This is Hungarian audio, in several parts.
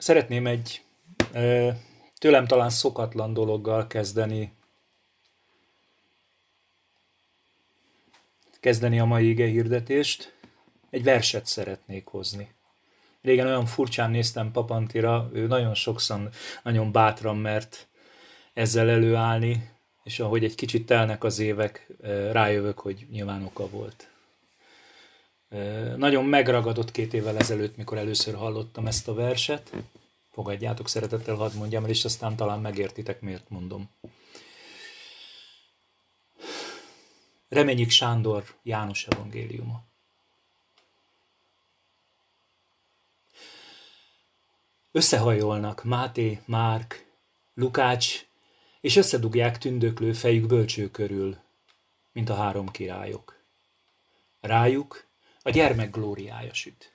Szeretném egy tőlem talán szokatlan dologgal kezdeni a mai igehirdetést. Egy verset szeretnék hozni. Régen olyan furcsán néztem Papantira, ő nagyon sokszor, nagyon bátran mert ezzel előállni, és ahogy egy kicsit telnek az évek, rájövök, hogy nyilván oka volt. Nagyon megragadott 2 évvel ezelőtt, mikor először hallottam ezt a verset. Fogadjátok szeretettel, hadd mondjam el, és aztán talán megértitek, miért mondom. Reményik Sándor János evangéliuma. Összehajolnak Máté, Márk, Lukács, és összedugják tündöklő fejük bölcső körül, mint a 3 királyok. Rájuk a gyermek glóriája süt.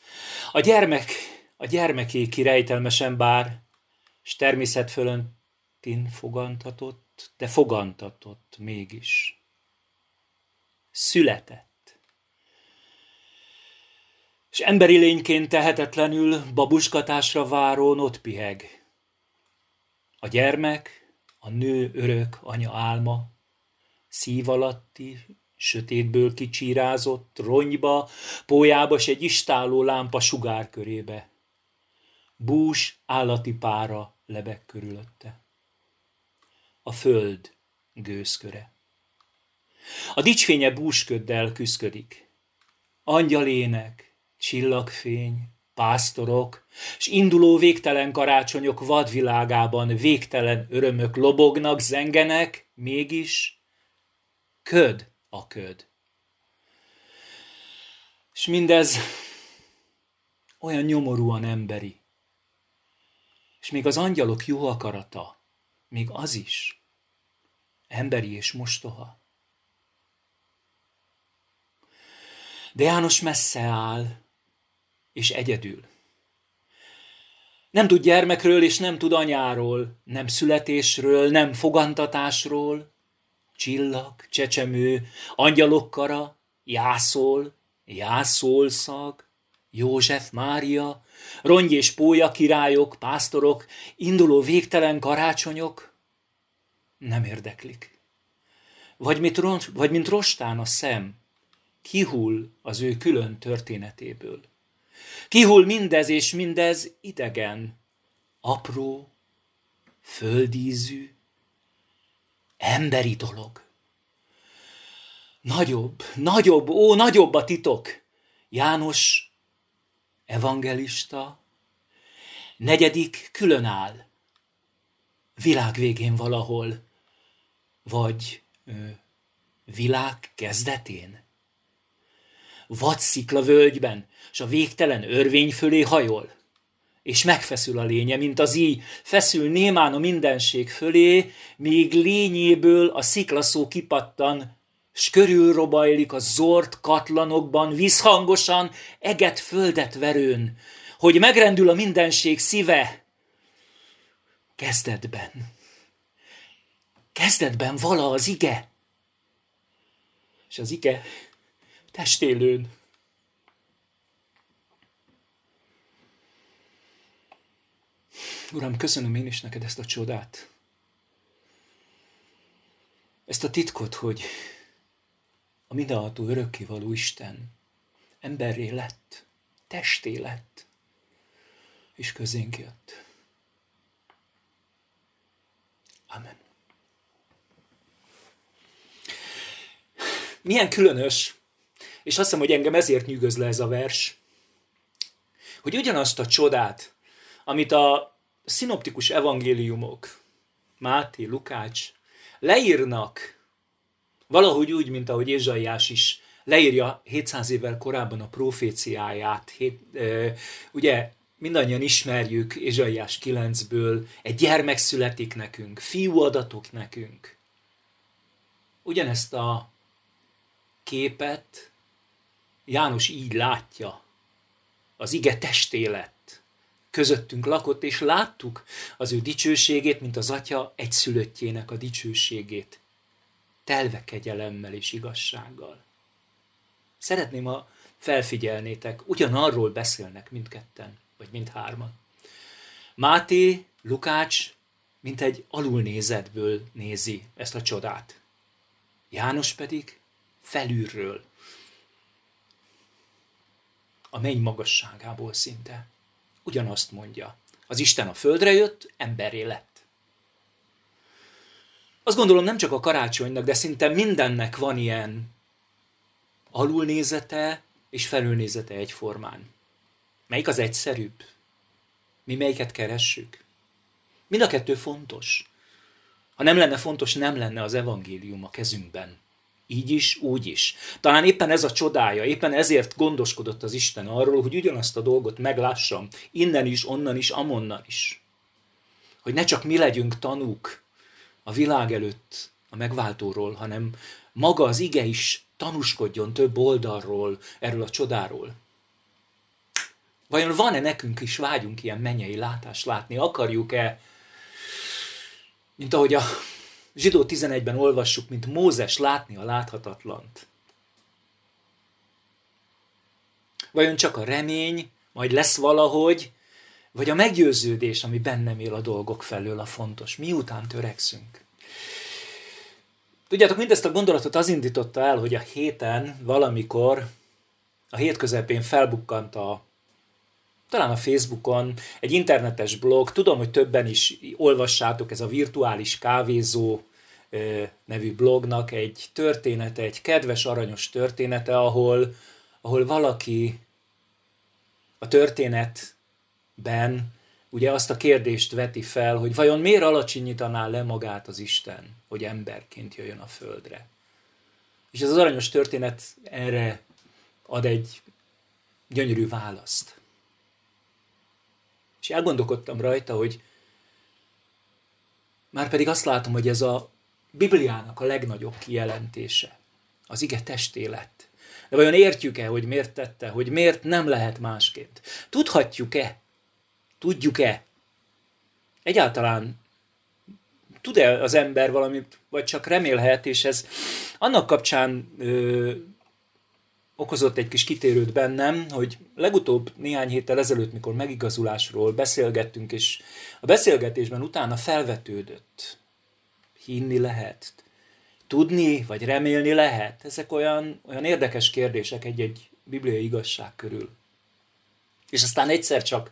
A gyermeké kirejtelmesen bár, s természet fölöttin fogantatott, de fogantatott mégis. Született. És emberi lényként tehetetlenül babuskatásra várón ott piheg. A gyermek, a nő örök anya álma, szív alatti, sötétből kicsírázott, rongyba, pólyába s egy istáló lámpa sugárkörébe. Bús állati pára lebeg körülötte. A föld gőzköre. A dicsfénye búsköddel küszködik. Angyalének, csillagfény, pásztorok, s induló végtelen karácsonyok vadvilágában végtelen örömök lobognak, zengenek, mégis köd a köd. És mindez olyan nyomorúan emberi. És még az angyalok jó akarata, még az is emberi és mostoha. De János messze áll, és egyedül. Nem tud gyermekről, és nem tud anyáról, nem születésről, nem fogantatásról. Csillag, csecsemő, angyalok kara, jászolszag, József, Mária, rongy és pólya királyok, pásztorok, induló végtelen karácsonyok nem érdeklik. Vagy mint rostán a szem, kihull az ő külön történetéből. Kihull mindez, és mindez idegen, apró, földízű, emberi dolog. Nagyobb a titok. János evangelista 4. külön áll. Világ végén valahol, vagy világ kezdetén. Vadszikla völgyben, s a végtelen örvény fölé hajol, és megfeszül a lénye, mint az íj, feszül némán a mindenség fölé, míg lényéből a sziklaszó kipattan, s körülrobajlik a zord katlanokban, vízhangosan, eget földet verőn, hogy megrendül a mindenség szíve. Kezdetben vala az ige, és az ige testélőn. Uram, köszönöm én is neked ezt a csodát. Ezt a titkot, hogy a mindenható örökkévaló Isten emberré lett, testé lett, és közénk jött. Amen. Milyen különös, és azt hiszem, hogy engem ezért nyűgöz le ez a vers, hogy ugyanazt a csodát, amit a szinoptikus evangéliumok, Máté, Lukács leírnak, valahogy úgy, mint ahogy Ézsaiás is leírja 700 évvel korábban a proféciáját. Ugye mindannyian ismerjük Ézsaiás 9-ből, egy gyermek születik nekünk, fiú adatok nekünk. Ugyanezt a képet János így látja. Az ige testé lett, közöttünk lakott, és láttuk az ő dicsőségét, mint az Atya egyszülöttjének a dicsőségét, telve kegyelemmel és igazsággal. Szeretném, ha felfigyelnétek, ugyanarról beszélnek mindketten, vagy mindhárman. Máté, Lukács mint egy alulnézetből nézi ezt a csodát. János pedig felülről, a menny magasságából szinte. Ugyanazt mondja. Az Isten a földre jött, emberré lett. Azt gondolom, nem csak a karácsonynak, de szinte mindennek van ilyen alulnézete és felülnézete egyformán. Melyik az egyszerűbb? Mi melyiket keressük? Mind a kettő fontos. Ha nem lenne fontos, nem lenne az evangélium a kezünkben. Így is, úgy is. Talán éppen ez a csodája, éppen ezért gondoskodott az Isten arról, hogy ugyanazt a dolgot meglássam, innen is, onnan is, amonnan is. Hogy ne csak mi legyünk tanúk a világ előtt a megváltóról, hanem maga az ige is tanúskodjon több oldalról erről a csodáról. Vajon van-e nekünk is vágyunk ilyen mennyei látást látni? Akarjuk-e, mint ahogy a Zsidó 11-ben olvassuk, mint Mózes látni a láthatatlant? Vajon csak a remény, majd lesz valahogy, vagy a meggyőződés, ami bennem él a dolgok felől a fontos? Miután törekszünk? Tudjátok, mindezt a gondolatot az indította el, hogy a héten valamikor, a hét közepén felbukkant talán a Facebookon egy internetes blog, tudom, hogy többen is olvassátok, ez a Virtuális Kávézó nevű blognak egy története, egy kedves, aranyos története, ahol valaki a történetben ugye azt a kérdést veti fel, hogy vajon miért alacsonyítaná le magát az Isten, hogy emberként jöjjön a földre. És ez az aranyos történet erre ad egy gyönyörű választ. És elgondolkodtam rajta, hogy már pedig azt látom, hogy ez a Bibliának a legnagyobb kijelentése. Az ige testé lett. De vajon értjük-e, hogy miért tette, hogy miért nem lehet másként? Tudhatjuk-e? Tudjuk-e? Egyáltalán tud-e az ember valamit, vagy csak remélhet, és ez annak kapcsán okozott egy kis kitérőt bennem, hogy legutóbb néhány héttel ezelőtt, mikor megigazulásról beszélgettünk, és a beszélgetésben utána felvetődött. Hinni lehet, tudni vagy remélni lehet. Ezek olyan érdekes kérdések egy bibliai igazság körül. És aztán egyszer csak,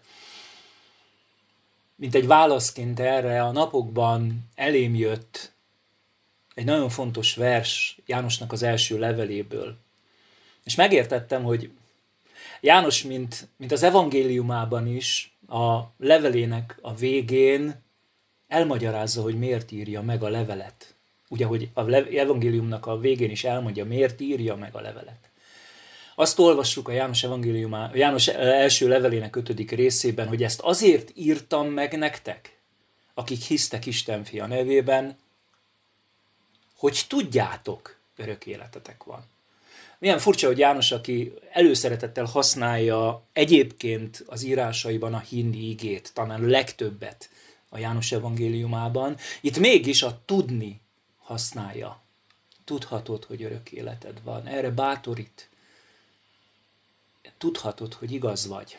mint egy válaszként erre a napokban elém jött egy nagyon fontos vers Jánosnak az első leveléből. És megértettem, hogy János, mint az evangéliumában is, a levelének a végén elmagyarázza, hogy miért írja meg a levelet. Ugye, hogy az evangéliumnak a végén is elmondja, miért írja meg a levelet. Azt olvassuk a János első levelének 5. részében, hogy ezt azért írtam meg nektek, akik hisztek Isten fia nevében, hogy tudjátok, örök életetek van. Milyen furcsa, hogy János, aki előszeretettel használja egyébként az írásaiban a hinni igét, talán a legtöbbet a János evangéliumában, itt mégis a tudni használja. Tudhatod, hogy örök életed van. Erre bátorít. Tudhatod, hogy igaz vagy.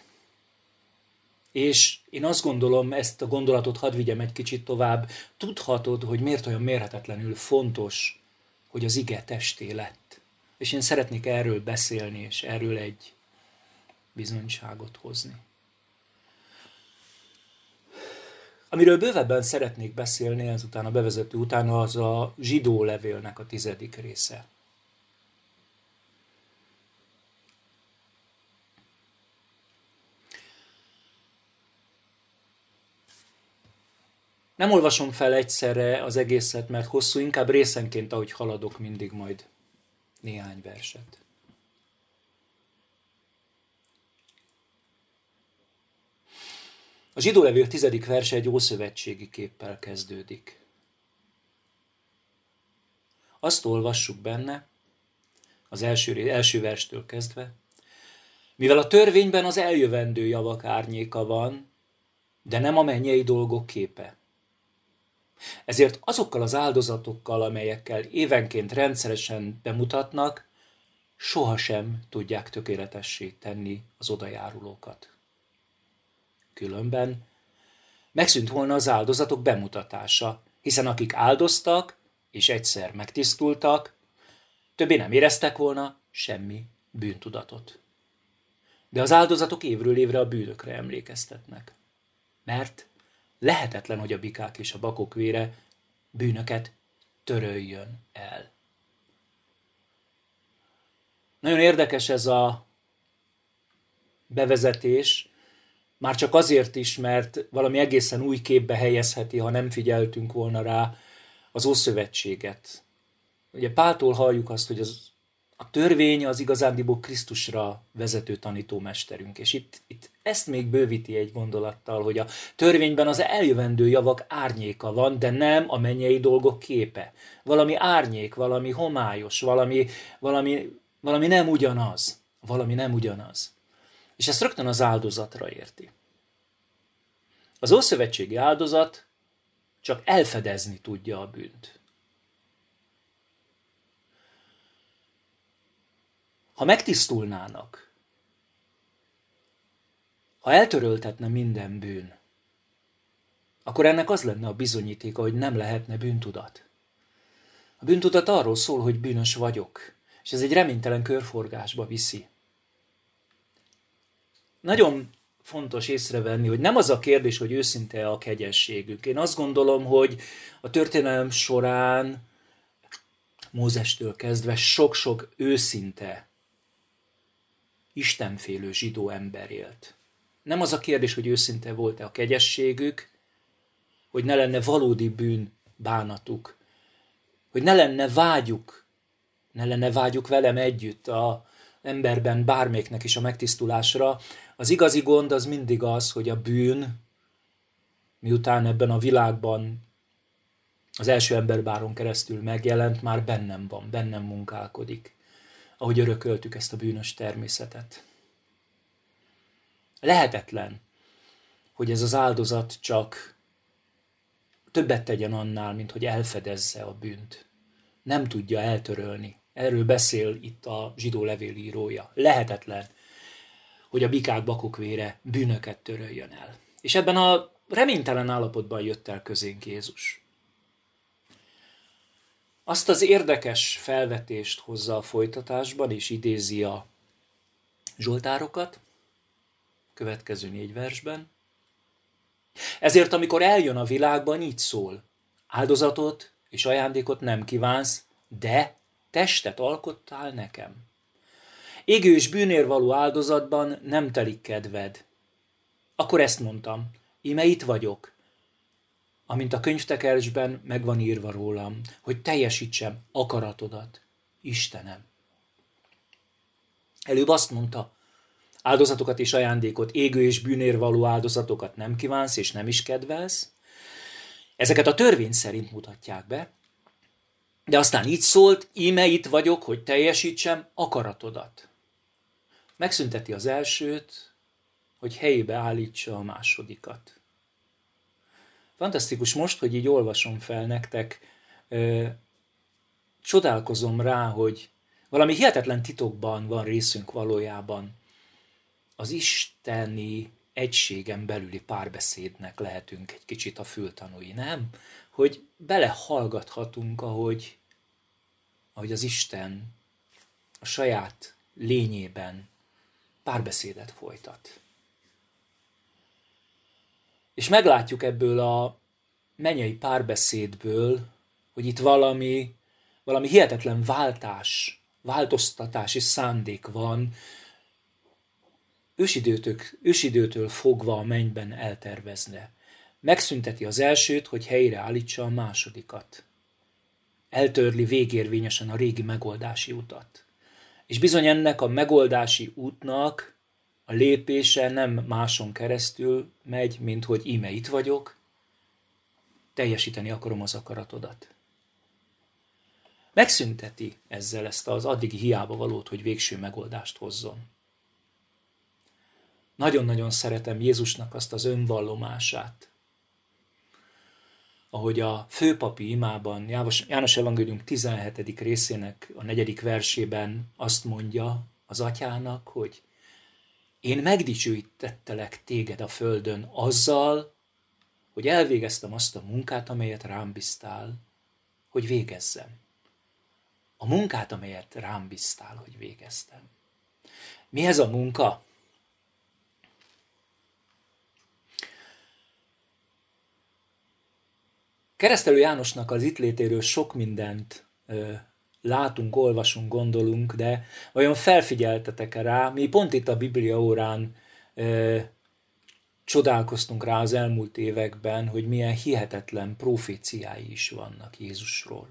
És én azt gondolom, ezt a gondolatot hadd vigyem egy kicsit tovább, tudhatod, hogy miért olyan mérhetetlenül fontos, hogy az ige testé lett. És én szeretnék erről beszélni, és erről egy bizonyságot hozni. Amiről bővebben szeretnék beszélni ezután a bevezető után, az a zsidó levélnek a 10. része. Nem olvasom fel egyszerre az egészet, mert hosszú, inkább részenként, ahogy haladok, mindig majd néhány verset. A zsidó levél 10. verse egy ószövetségi képpel kezdődik. Azt olvassuk benne, az első verstől kezdve, mivel a törvényben az eljövendő javak árnyéka van, de nem a mennyei dolgok képe. Ezért azokkal az áldozatokkal, amelyekkel évenként rendszeresen bemutatnak, sohasem tudják tökéletessé tenni az odajárulókat. Különben Megszűnt volna az áldozatok bemutatása, hiszen akik áldoztak, és egyszer megtisztultak, többé nem éreztek volna semmi bűntudatot. De az áldozatok évről évre a bűnökre emlékeztetnek. Mert lehetetlen, hogy a bikák és a bakok vére bűnöket töröljön el. Nagyon érdekes ez a bevezetés, már csak azért is, mert valami egészen új képbe helyezheti, ha nem figyeltünk volna rá, az Ószövetséget. Ugye Páltól halljuk azt, hogy a törvény az igazándiból Krisztusra vezető tanítómesterünk. És itt ezt még bővíti egy gondolattal, hogy a törvényben az eljövendő javak árnyéka van, de nem a mennyei dolgok képe. Valami árnyék, valami homályos, valami nem ugyanaz. Valami nem ugyanaz. És ezt rögtön az áldozatra érti. Az ószövetségi áldozat csak elfedezni tudja a bűnt. Ha megtisztulnának, ha eltöröltetne minden bűn, akkor ennek az lenne a bizonyítéka, hogy nem lehetne bűntudat. A bűntudat arról szól, hogy bűnös vagyok, és ez egy reménytelen körforgásba viszi. Nagyon fontos észrevenni, hogy nem az a kérdés, hogy őszinte a kegyességünk. Én azt gondolom, hogy a történelem során Mózestől kezdve sok-sok őszinte, istenfélő zsidó ember élt. Nem az a kérdés, hogy őszinte volt-e a kegyességük, hogy ne lenne valódi bűn bánatuk, hogy ne lenne vágyuk velem együtt az emberben bármelyiknek is a megtisztulásra. Az igazi gond az mindig az, hogy a bűn, miután ebben a világban az első emberbáron keresztül megjelent, már bennem van, bennem munkálkodik, ahogy örököltük ezt a bűnös természetet. Lehetetlen, hogy ez az áldozat csak többet tegyen annál, mint hogy elfedezze a bűnt. Nem tudja eltörölni. Erről beszél itt a zsidó levélírója. Lehetetlen, hogy a bikák bakok vére bűnöket töröljön el. És ebben a reménytelen állapotban jött el közénk Jézus. Azt az érdekes felvetést hozza a folytatásban, és idézi a zsoltárokat, következő 4 versben. Ezért, amikor eljön a világban, így szól. Áldozatot és ajándékot nem kívánsz, de testet alkottál nekem. Égő és bűnért való áldozatban nem telik kedved. Akkor ezt mondtam, íme itt vagyok, amint a könyvtekercsben meg van írva rólam, hogy teljesítsem akaratodat, Istenem. Előbb azt mondta, áldozatokat és ajándékot, égő és bűnért való áldozatokat nem kívánsz és nem is kedvelsz. Ezeket a törvény szerint mutatják be, de aztán így szólt, íme itt vagyok, hogy teljesítsem akaratodat. Megszünteti az elsőt, hogy helyébe állítsa a másodikat. Fantasztikus most, hogy így olvasom fel nektek, csodálkozom rá, hogy valami hihetetlen titokban van részünk valójában. Az isteni egységen belüli párbeszédnek lehetünk egy kicsit a fültanúi, nem? Hogy belehallgathatunk, ahogy az Isten a saját lényében párbeszédet folytat. És meglátjuk ebből a mennyei párbeszédből, hogy itt valami hihetetlen változtatási szándék van, ősidőtől fogva a mennyben eltervezne. Megszünteti az elsőt, hogy helyre állítsa a másodikat. Eltörli végérvényesen a régi megoldási utat. És bizony ennek a megoldási útnak a lépése nem máson keresztül megy, mint hogy íme itt vagyok, teljesíteni akarom az akaratodat. Megszünteti ezzel ezt az addigi hiába valót, hogy végső megoldást hozzon. Nagyon-nagyon szeretem Jézusnak azt az önvallomását, ahogy a főpapi imában, János Evangélium 17. részének a 4. versében azt mondja az atyának, hogy én megdicsőítettelek téged a földön azzal, hogy elvégeztem azt a munkát, amelyet rám bíztál, hogy végezzem. A munkát, amelyet rám bíztál, hogy végeztem. Mi ez a munka? Keresztelő Jánosnak az itt létéről sok mindent látunk, olvasunk, gondolunk, de vajon felfigyeltetek-e rá? Mi pont itt a Biblia órán csodálkoztunk rá az elmúlt években, hogy milyen hihetetlen proféciái is vannak Jézusról.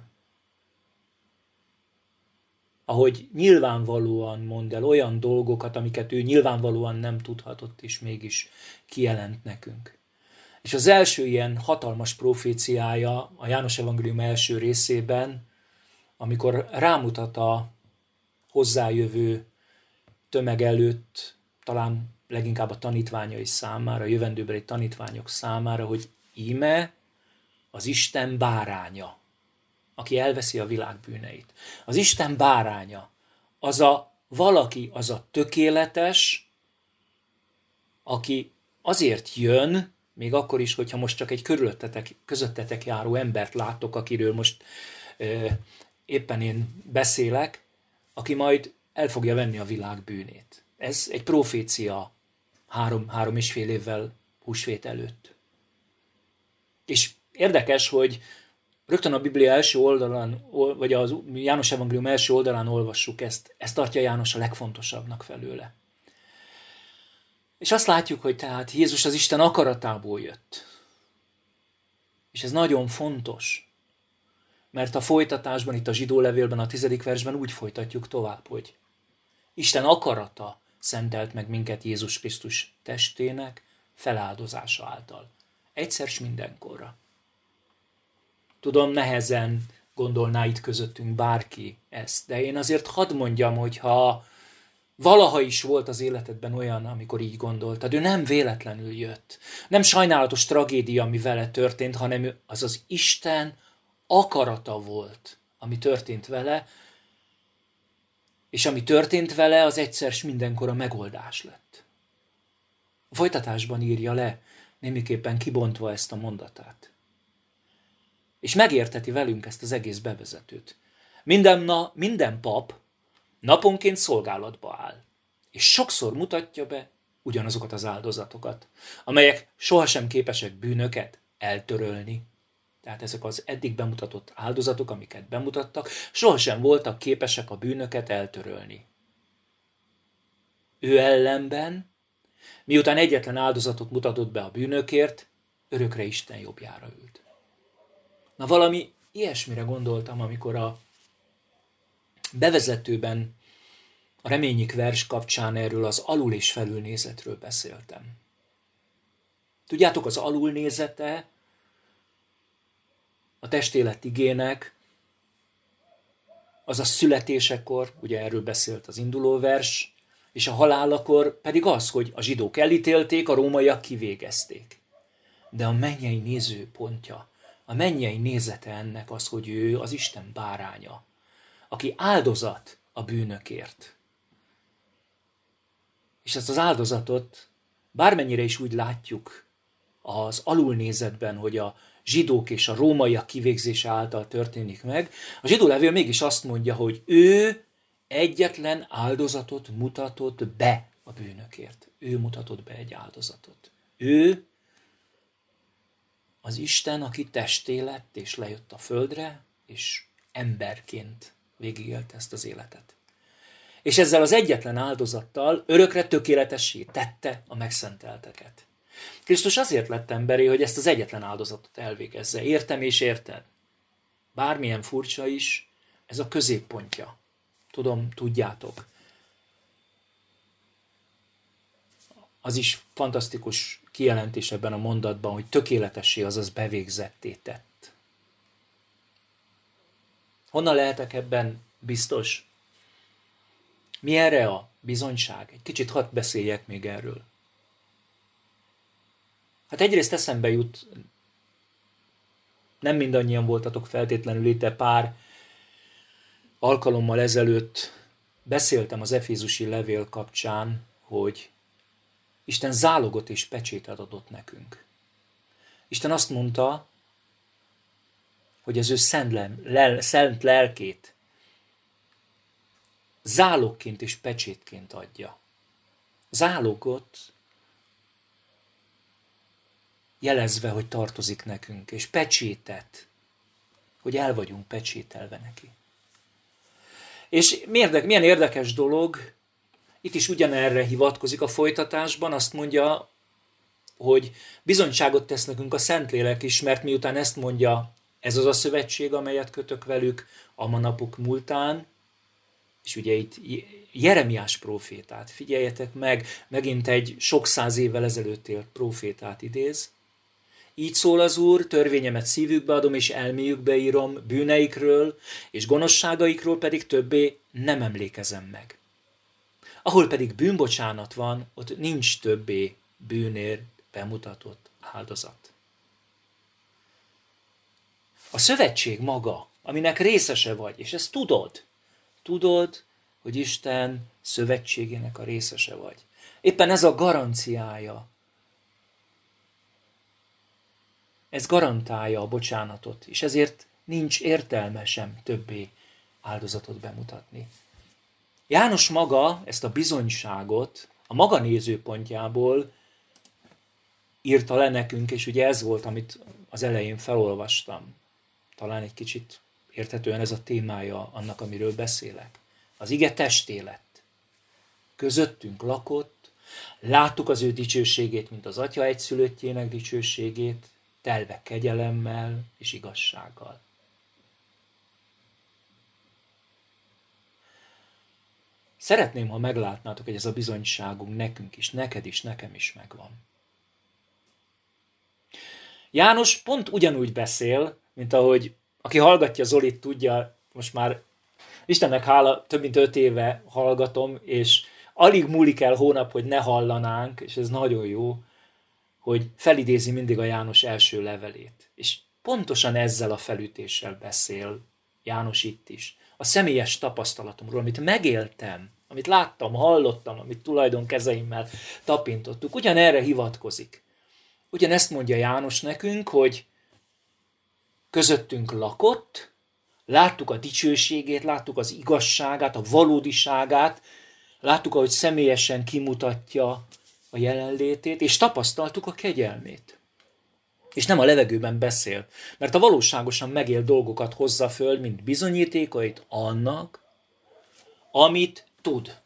Ahogy nyilvánvalóan mond el olyan dolgokat, amiket ő nyilvánvalóan nem tudhatott, és mégis kijelent nekünk. És az első ilyen hatalmas proféciája a János evangélium első részében, amikor rámutat a hozzájövő tömeg előtt, talán leginkább a tanítványai számára, a jövendőbeli tanítványok számára, hogy íme az Isten báránya, aki elveszi a világ bűneit. Az Isten báránya, az a valaki, az a tökéletes, aki azért jön, még akkor is, hogyha most csak egy közöttetek járó embert látok, akiről most éppen én beszélek, aki majd el fogja venni a világ bűnét. Ez egy profécia 3,5 évvel húsvét előtt. És érdekes, hogy rögtön a Biblia első oldalán, vagy a János evangélium első oldalán olvassuk ezt. Ezt tartja János a legfontosabbnak felőle. És azt látjuk, hogy tehát Jézus az Isten akaratából jött. És ez nagyon fontos, mert a folytatásban, itt a zsidó levélben, a 10. versben úgy folytatjuk tovább, hogy Isten akarata szentelt meg minket Jézus Krisztus testének feláldozása által. Egyszer s mindenkorra. Tudom, nehezen gondolná itt közöttünk bárki ezt, de én azért hadd mondjam, hogyha valaha is volt az életedben olyan, amikor így gondoltad, ő nem véletlenül jött. Nem sajnálatos tragédia, ami vele történt, hanem az az Isten akarata volt, ami történt vele, és ami történt vele, az egyszer s mindenkor a megoldás lett. A folytatásban írja le, némiképpen kibontva ezt a mondatát. És megérteti velünk ezt az egész bevezetőt. Minden pap naponként szolgálatba áll, és sokszor mutatja be ugyanazokat az áldozatokat, amelyek sohasem képesek bűnöket eltörölni. Tehát ezek az eddig bemutatott áldozatok, amiket bemutattak, sohasem voltak képesek a bűnöket eltörölni. Ő ellenben, miután egyetlen áldozatot mutatott be a bűnökért, örökre Isten jobbjára ült. Na valami ilyesmire gondoltam, amikor a bevezetőben a reményik vers kapcsán erről az alul- és felülnézetről beszéltem. Tudjátok, az alulnézete a testélet igének, az a születésekor, ugye erről beszélt az induló vers, és a halálakor pedig az, hogy a zsidók elítélték, a rómaiak kivégezték. De a mennyei nézőpontja, a mennyei nézete ennek az, hogy ő az Isten báránya, aki áldozat a bűnökért. És ezt az áldozatot bármennyire is úgy látjuk az alulnézetben, hogy a zsidók és a rómaiak kivégzése által történik meg, a zsidó levél mégis azt mondja, hogy ő egyetlen áldozatot mutatott be a bűnökért. Ő mutatott be egy áldozatot. Ő az Isten, aki testé lett és lejött a földre, és emberként végigélte ezt az életet. És ezzel az egyetlen áldozattal örökre tökéletessé tette a megszentelteket. Krisztus azért lett emberi, hogy ezt az egyetlen áldozatot elvégezze. Értem és érted? Bármilyen furcsa is, ez a középpontja. Tudom, tudjátok. Az is fantasztikus kijelentés ebben a mondatban, hogy tökéletessé, azaz bevégzetté tett. Honnan lehetek ebben biztos? Mi erre a bizonyság? Egy kicsit hadd beszéljek még erről. Hát egyrészt eszembe jut, nem mindannyian voltatok feltétlenül itt, de pár alkalommal ezelőtt beszéltem az efézusi levél kapcsán, hogy Isten zálogot és pecsétet adott nekünk. Isten azt mondta, hogy az ő szent lelkét zálogként és pecsétként adja. Zálogot jelezve, hogy tartozik nekünk, és pecsétet, hogy el vagyunk pecsételve neki. És milyen érdekes dolog, itt is ugyanerre hivatkozik a folytatásban, azt mondja, hogy bizonyságot tesz nekünk a Szentlélek is, mert miután ezt mondja, ez az a szövetség, amelyet kötök velük a manapok múltán, és ugye itt Jeremiás prófétát, figyeljetek meg, megint egy sok száz évvel ezelőtt élt prófétát idéz. Így szól az Úr, törvényemet szívükbe adom, és elméjükbe írom, bűneikről, és gonoszságaikról pedig többé nem emlékezem meg. Ahol pedig bűnbocsánat van, ott nincs többé bűnért bemutatott áldozat. A szövetség maga, aminek részese vagy, és ezt tudod, hogy Isten szövetségének a részese vagy. Éppen ez a garanciája. Ez garantálja a bocsánatot, és ezért nincs értelme sem többé áldozatot bemutatni. János maga ezt a bizonyságot a maga nézőpontjából írta le nekünk, és ugye ez volt, amit az elején felolvastam. Talán egy kicsit érthetően ez a témája annak, amiről beszélek. Az ige testé lett. Közöttünk lakott, láttuk az ő dicsőségét, mint az Atya egyszülöttjének dicsőségét, telve kegyelemmel és igazsággal. Szeretném, ha meglátnátok, hogy ez a bizonyságunk nekünk is, neked is, nekem is megvan. János pont ugyanúgy beszél, mint ahogy aki hallgatja Zolit tudja, most már Istennek hála, több mint 5 éve hallgatom, és alig múlik el hónap, hogy ne hallanánk, és ez nagyon jó, hogy felidézi mindig a János első levelét. És pontosan ezzel a felütéssel beszél János itt is. A személyes tapasztalatomról, amit megéltem, amit láttam, hallottam, amit tulajdon kezeimmel tapintottuk, ugyanerre hivatkozik. Ugyanezt mondja János nekünk, hogy közöttünk lakott, láttuk a dicsőségét, láttuk az igazságát, a valódiságát, láttuk, ahogy személyesen kimutatja a jelenlétét, és tapasztaltuk a kegyelmét. És nem a levegőben beszél, mert a valóságosan megélt dolgokat hozza föl, mint bizonyítékait annak, amit tud.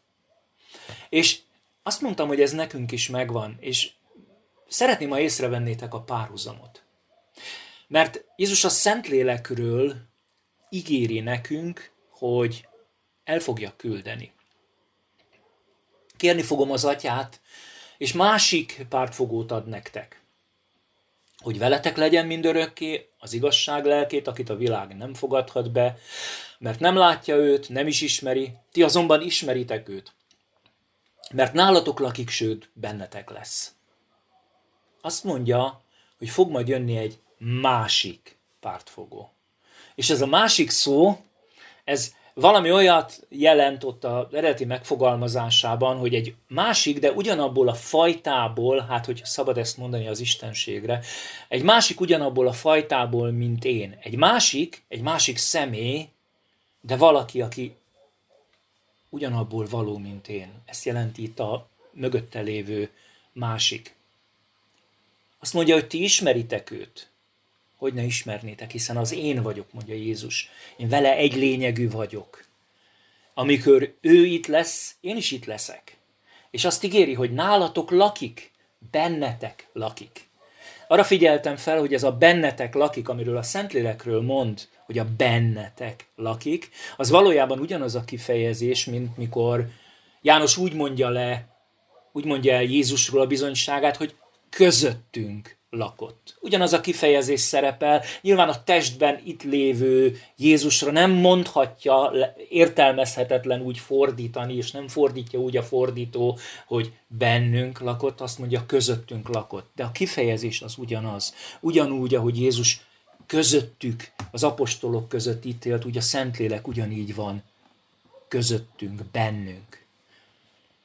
És azt mondtam, hogy ez nekünk is megvan, és szeretném, ha észrevennétek a párhuzamot. Mert Jézus a Szentlélekről ígéri nekünk, hogy el fogja küldeni. Kérni fogom az Atyát, és másik pártfogót ad nektek, hogy veletek legyen mindörökké az igazság lelkét, akit a világ nem fogadhat be, mert nem látja őt, nem is ismeri, ti azonban ismeritek őt, mert nálatok lakik, sőt, bennetek lesz. Azt mondja, hogy fog majd jönni egy másik pártfogó. És ez a másik szó, ez valami olyat jelent ott az eredeti megfogalmazásában, hogy egy másik, de ugyanabból a fajtából, hát hogy szabad ezt mondani az istenségre, egy másik ugyanabból a fajtából, mint én. Egy másik személy, de valaki, aki ugyanabból való, mint én. Ezt jelenti itt a mögötte lévő másik. Azt mondja, hogy ti ismeritek őt. Hogy ne ismernétek, hiszen az én vagyok, mondja Jézus. Én vele egy lényegű vagyok. Amikor ő itt lesz, én is itt leszek. És azt ígéri, hogy nálatok lakik, bennetek lakik. Arra figyeltem fel, hogy ez a bennetek lakik, amiről a Szentlélekről mond, hogy a bennetek lakik, az valójában ugyanaz a kifejezés, mint mikor János úgy mondja el Jézusról a bizonyságát, hogy közöttünk lakott. Ugyanaz a kifejezés szerepel, nyilván a testben itt lévő Jézusra nem mondhatja értelmezhetetlen úgy fordítani, és nem fordítja úgy a fordító, hogy bennünk lakott, azt mondja, közöttünk lakott. De a kifejezés az ugyanaz. Ugyanúgy, ahogy Jézus közöttük, az apostolok között itt élt, úgy a Szentlélek ugyanígy van közöttünk, bennünk.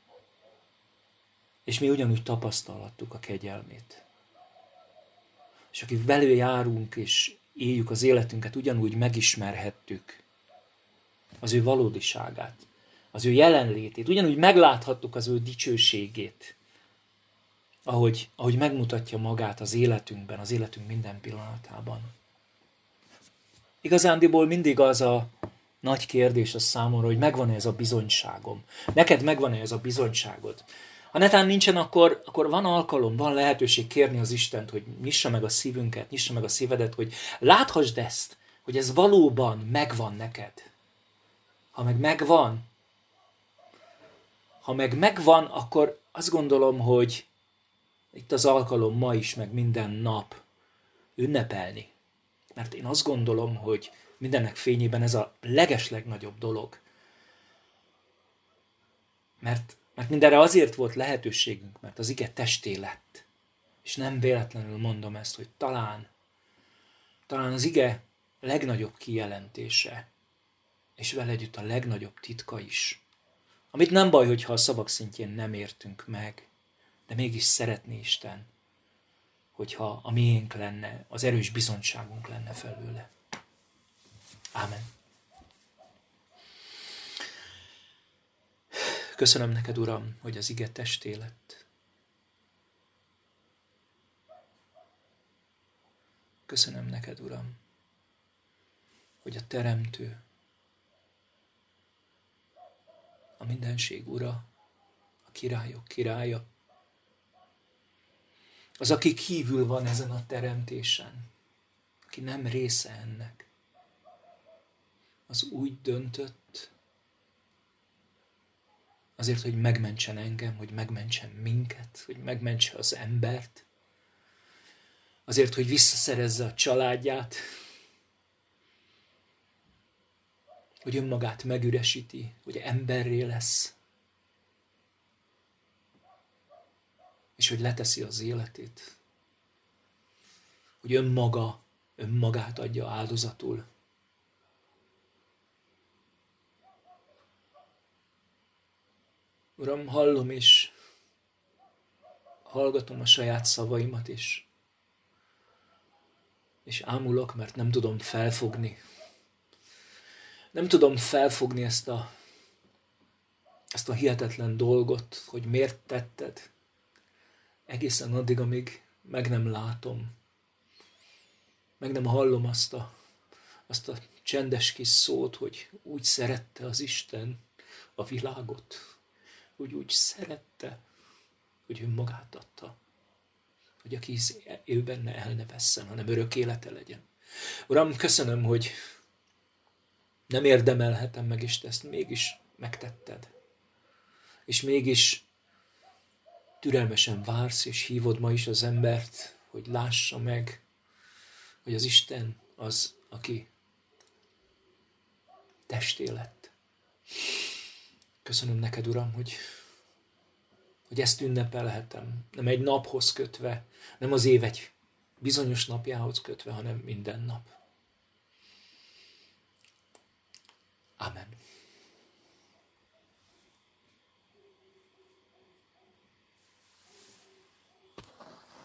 És mi ugyanúgy tapasztalhattuk a kegyelmét. és aki velő járunk, és éljük az életünket, ugyanúgy megismerhettük az ő valódiságát, az ő jelenlétét, ugyanúgy megláthattuk az ő dicsőségét, ahogy megmutatja magát az életünkben, az életünk minden pillanatában. Igazándiból mindig az a nagy kérdés a számomra, hogy megvan-e ez a bizonyságom. Neked megvan-e ez a bizonyságod? Ha netán nincsen, akkor van alkalom, van lehetőség kérni az Istent, hogy nyissa meg a szívünket, nyissa meg a szívedet, hogy láthassd ezt, hogy ez valóban megvan neked. Ha meg megvan, akkor azt gondolom, hogy itt az alkalom ma is, meg minden nap ünnepelni. Mert én azt gondolom, hogy mindennek fényében ez a legeslegnagyobb dolog. Mert mindenre azért volt lehetőségünk, mert az ige testé lett. És nem véletlenül mondom ezt, hogy talán az ige legnagyobb kijelentése, és vele együtt a legnagyobb titka is. Amit nem baj, hogyha a szavak szintjén nem értünk meg, de mégis szeretné Isten, hogyha a miénk lenne, az erős bizonyságunk lenne felőle. Ámen. Köszönöm neked, Uram, hogy az ige testé lett. Köszönöm neked, Uram, hogy a Teremtő, a mindenség Ura, a királyok királya, az, aki kívül van ezen a teremtésen, aki nem része ennek, az úgy döntött, azért, hogy megmentsen engem, hogy megmentsen minket, hogy megmentse az embert, azért, hogy visszaszerezze a családját, hogy önmagát megüresíti, hogy emberré lesz, és hogy leteszi az életét, hogy önmagát adja áldozatul. Uram, hallom és hallgatom a saját szavaimat is, és ámulok, mert nem tudom felfogni. Nem tudom felfogni ezt a hihetetlen dolgot, hogy miért tetted. Egészen addig, amíg meg nem látom, meg nem hallom azt a csendes kis szót, hogy úgy szerette az Isten a világot, hogy úgy szerette, hogy önmagát adta, hogy aki ő benne el ne vesszen, hanem örök élete legyen. Uram, köszönöm, hogy nem érdemelhetem meg, és te ezt mégis megtetted. És mégis türelmesen vársz, és hívod ma is az embert, hogy lássa meg, hogy az Isten az, aki testé lett. Köszönöm neked, Uram, hogy ezt ünnepelhetem. Nem egy naphoz kötve, nem az év egy bizonyos napjához kötve, hanem minden nap. Amen.